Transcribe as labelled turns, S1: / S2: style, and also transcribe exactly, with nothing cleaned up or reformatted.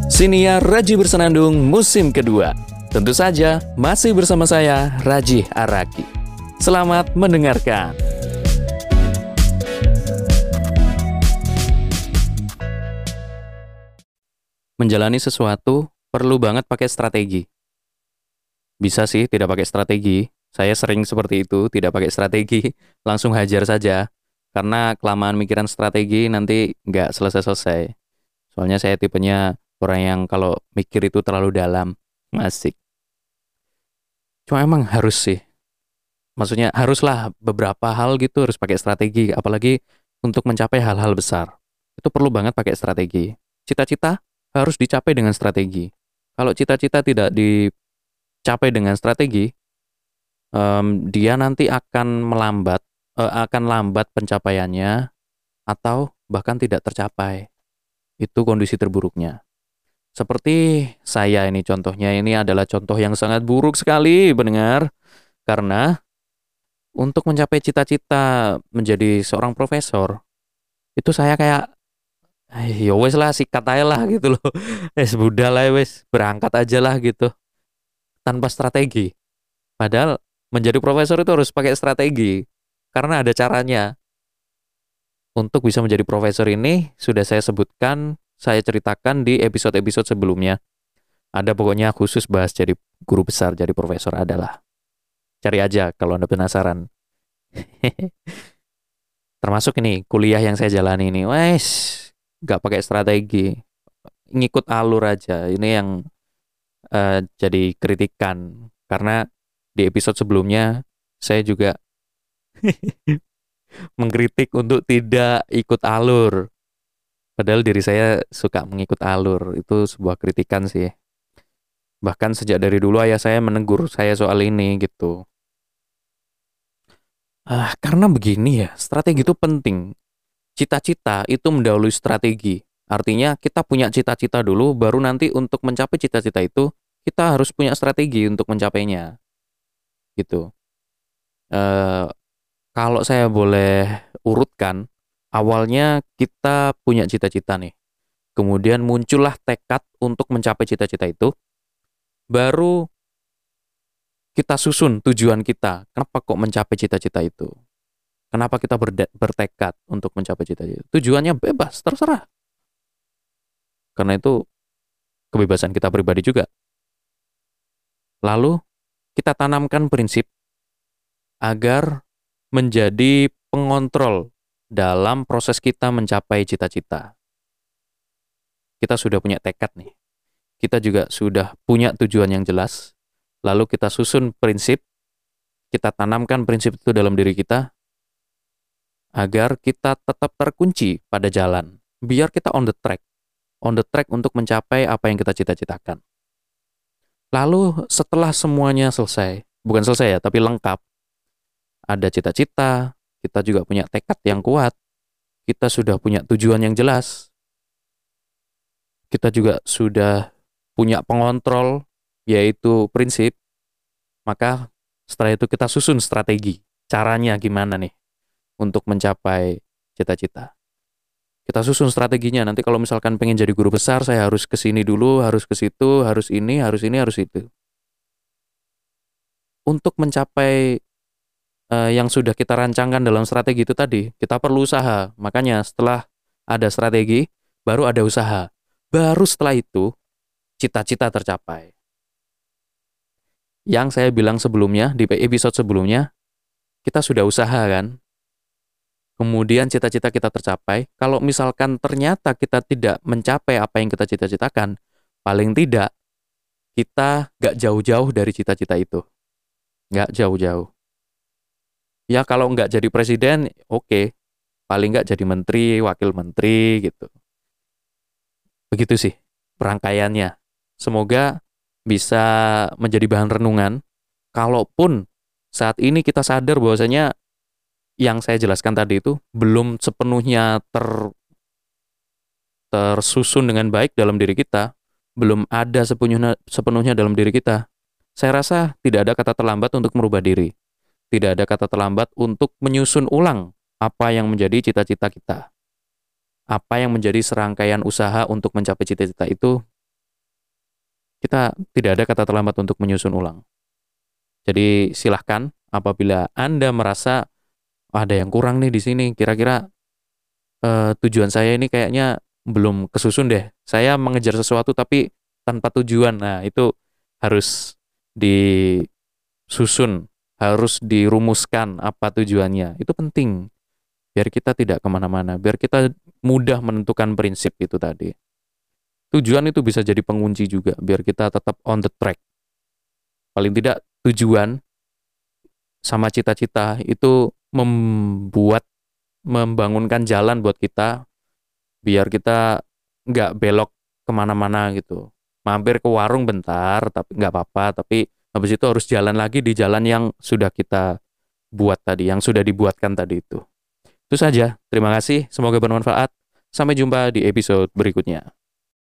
S1: Siniar Raji Bersenandung musim kedua. Tentu saja masih bersama saya, Raji Araki. Selamat mendengarkan. Menjalani sesuatu perlu banget pakai strategi. Bisa sih tidak pakai strategi. Saya sering seperti itu, tidak pakai strategi, langsung hajar saja. Karena kelamaan mikiran strategi nanti nggak selesai-selesai. Soalnya saya tipenya orang yang kalau mikir itu terlalu dalam, asik. Cuma emang harus sih. Maksudnya haruslah beberapa hal gitu harus pakai strategi. Apalagi untuk mencapai hal-hal besar. Itu perlu banget pakai strategi. Cita-cita harus dicapai dengan strategi. Kalau cita-cita tidak dicapai dengan strategi, um, dia nanti akan melambat, uh, akan lambat pencapaiannya, atau bahkan tidak tercapai. Itu kondisi terburuknya. Seperti saya ini contohnya, ini adalah contoh yang sangat buruk sekali, pendengar. Karena untuk mencapai cita-cita menjadi seorang profesor, itu saya kayak, ya wes lah, sikat aja lah gitu loh. Wes budal lah, wes berangkat aja lah gitu. Tanpa strategi. Padahal menjadi profesor itu harus pakai strategi. Karena ada caranya. Untuk bisa menjadi profesor ini, sudah saya sebutkan, saya ceritakan di episode-episode sebelumnya. Ada pokoknya khusus bahas jadi guru besar, jadi profesor adalah. Cari aja kalau Anda penasaran. Termasuk ini, kuliah yang saya jalani ini. Wes, gak pakai strategi. Ngikut alur aja. Ini yang uh, jadi kritikan. Karena di episode sebelumnya, saya juga mengkritik untuk tidak ikut alur. Padahal diri saya suka mengikut alur. Itu sebuah kritikan sih. Bahkan sejak dari dulu ayah saya menegur saya soal ini gitu. Ah, karena begini ya, strategi itu penting. Cita-cita itu mendahului strategi. Artinya kita punya cita-cita dulu, baru nanti untuk mencapai cita-cita itu, kita harus punya strategi untuk mencapainya. Gitu. Eh, kalau saya boleh urutkan, awalnya kita punya cita-cita nih. Kemudian muncullah tekad untuk mencapai cita-cita itu. Baru kita susun tujuan kita. Kenapa kok mencapai cita-cita itu? Kenapa kita berde- bertekad untuk mencapai cita-cita itu? Tujuannya bebas, terserah. Karena itu kebebasan kita pribadi juga. Lalu kita tanamkan prinsip agar menjadi pengontrol dalam proses kita mencapai cita-cita. Kita sudah punya tekad nih. Kita juga sudah punya tujuan yang jelas. Lalu kita susun prinsip. Kita tanamkan prinsip itu dalam diri kita. Agar kita tetap terkunci pada jalan. Biar kita on the track. On the track untuk mencapai apa yang kita cita-citakan. Lalu setelah semuanya selesai. Bukan selesai ya, tapi lengkap. Ada cita-cita. Kita juga punya tekad yang kuat. Kita sudah punya tujuan yang jelas. Kita juga sudah punya pengontrol, yaitu prinsip. Maka setelah itu kita susun strategi. Caranya gimana nih untuk mencapai cita-cita. Kita susun strateginya. Nanti kalau misalkan pengen jadi guru besar, saya harus ke sini dulu, harus ke situ, harus ini, harus ini, harus itu. Untuk mencapai Uh, yang sudah kita rancangkan dalam strategi itu tadi, kita perlu usaha. Makanya setelah ada strategi, baru ada usaha. Baru setelah itu, cita-cita tercapai. Yang saya bilang sebelumnya, di episode sebelumnya, kita sudah usaha kan? Kemudian cita-cita kita tercapai. Kalau misalkan ternyata kita tidak mencapai apa yang kita cita-citakan, paling tidak, kita gak jauh-jauh dari cita-cita itu. Gak jauh-jauh. Ya kalau nggak jadi presiden, oke. Okay. Paling nggak jadi menteri, wakil menteri gitu. Begitu sih perangkaiannya. Semoga bisa menjadi bahan renungan. Kalaupun saat ini kita sadar bahwasanya yang saya jelaskan tadi itu belum sepenuhnya ter, tersusun dengan baik dalam diri kita. Belum ada sepenuhnya, sepenuhnya dalam diri kita. Saya rasa tidak ada kata terlambat untuk merubah diri. Tidak ada kata terlambat untuk menyusun ulang apa yang menjadi cita-cita kita. Apa yang menjadi serangkaian usaha untuk mencapai cita-cita itu kita tidak ada kata terlambat untuk menyusun ulang. Jadi silahkan apabila Anda merasa ada yang kurang nih di sini, kira-kira eh, tujuan saya ini kayaknya belum kesusun deh. Saya mengejar sesuatu tapi tanpa tujuan. Nah, itu harus disusun, harus dirumuskan apa tujuannya. Itu penting, biar kita tidak kemana-mana, biar kita mudah menentukan prinsip itu tadi. Tujuan itu bisa jadi pengunci juga, biar kita tetap on the track. Paling tidak tujuan sama cita-cita itu membuat, membangunkan jalan buat kita, biar kita nggak belok kemana-mana gitu. Mampir ke warung bentar, tapi nggak apa-apa, tapi habis itu harus jalan lagi di jalan yang sudah kita buat tadi, yang sudah dibuatkan tadi itu. Itu saja, terima kasih, semoga bermanfaat. Sampai jumpa di episode berikutnya.